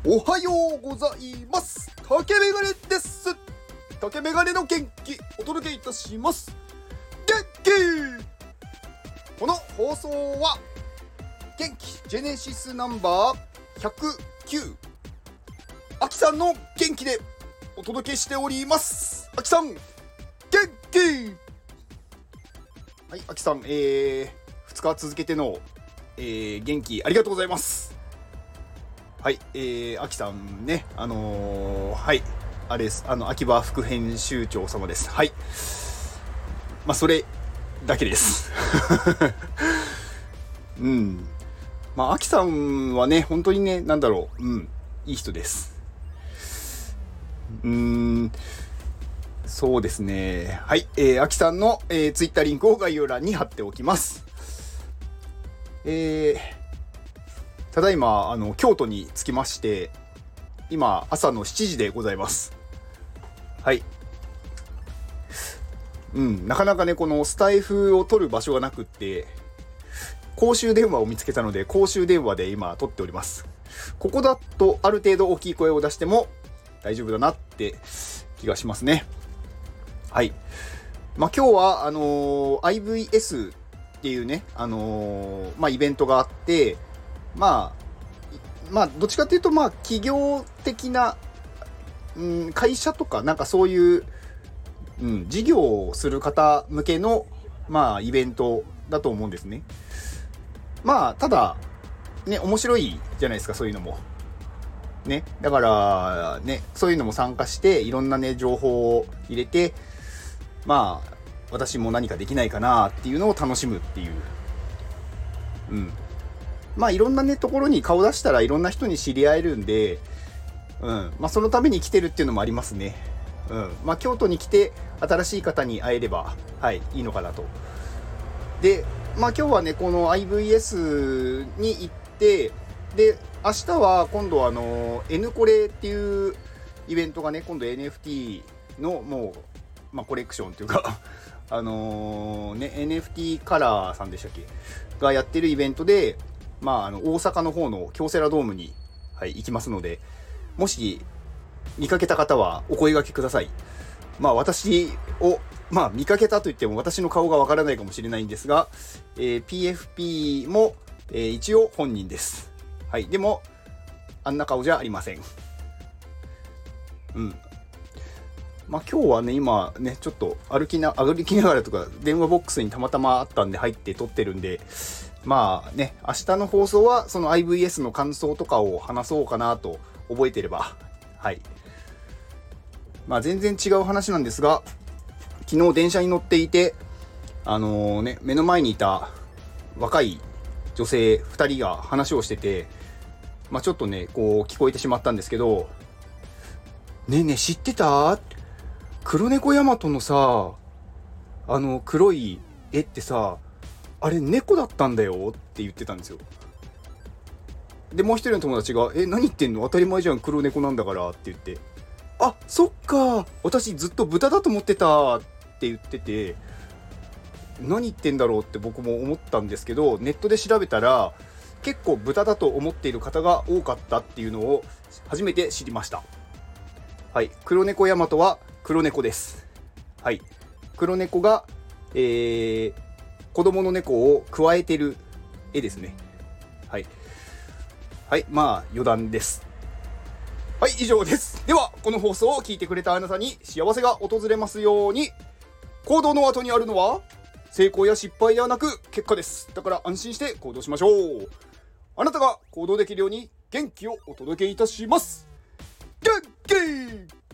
おはようございます。竹メガネです。竹メガネの元気お届けいたします。元気。この放送は元気ジェネシスナンバー109、アキさんの元気でお届けしております。アキさん元気。はい、アキさん、2日続けての、元気ありがとうございます。はい、アキさんね、はい、あれです。秋葉副編集長様です。はい。まあ、それだけです。うん。まあ、アキさんはね、本当にね、なんだろう、いい人です。そうですね。はい、アキさんの、ツイッターリンクを概要欄に貼っておきます。ただいま京都に着きまして、今朝の7時でございます。はい。なかなかね、このスタイフを取る場所がなくって、公衆電話を見つけたので、公衆電話で今撮っております。ここだとある程度大きい声を出しても大丈夫だなって気がしますね。はい。まあ今日はIVS っていうね、イベントがあって、まあどっちかっていうと企業的な、会社とかなんかそういう、事業をする方向けのイベントだと思うんですね。ただね、面白いじゃないですか、そういうのもね。だからね、そういうのも参加していろんなね情報を入れて、私も何かできないかなっていうのを楽しむっていう、いろんなねところに顔出したらいろんな人に知り合えるんで、そのために来てるっていうのもありますね。京都に来て新しい方に会えればいいのかなと。で、今日はねこの IVS に行って、で明日は今度N コレっていうイベントがね、今度 NFT のもう、コレクションというかNFT カラーさんでしたっけがやってるイベントで、大阪の方の京セラドームに、行きますので、もし見かけた方はお声掛けください。私を見かけたといっても私の顔がわからないかもしれないんですが、PFP も、一応本人です。はい。でもあんな顔じゃありません。今日はね、今ねちょっと歩きながらとか電話ボックスにたまたまあったんで入って撮ってるんで、明日の放送はその IVS の感想とかを話そうかなと覚えてれば。全然違う話なんですが、昨日電車に乗っていて、目の前にいた若い女性2人が話をしてて、ちょっとねこう聞こえてしまったんですけど、ねえねえ知ってた？黒猫ヤマトのさ、黒い絵ってさ、あれ猫だったんだよって言ってたんですよ。でもう一人の友達が何言ってんの、当たり前じゃん、黒猫なんだからって言って、あ、そっか、私ずっと豚だと思ってたって言ってて、何言ってんだろうって僕も思ったんですけど、ネットで調べたら結構豚だと思っている方が多かったっていうのを初めて知りました。黒猫ヤマトは黒猫です。黒猫が、子供の猫をくわえてる絵ですね。余談です。以上です。ではこの放送を聞いてくれたあなたに幸せが訪れますように。行動の後にあるのは成功や失敗ではなく結果です。だから安心して行動しましょう。あなたが行動できるように元気をお届けいたします。元気。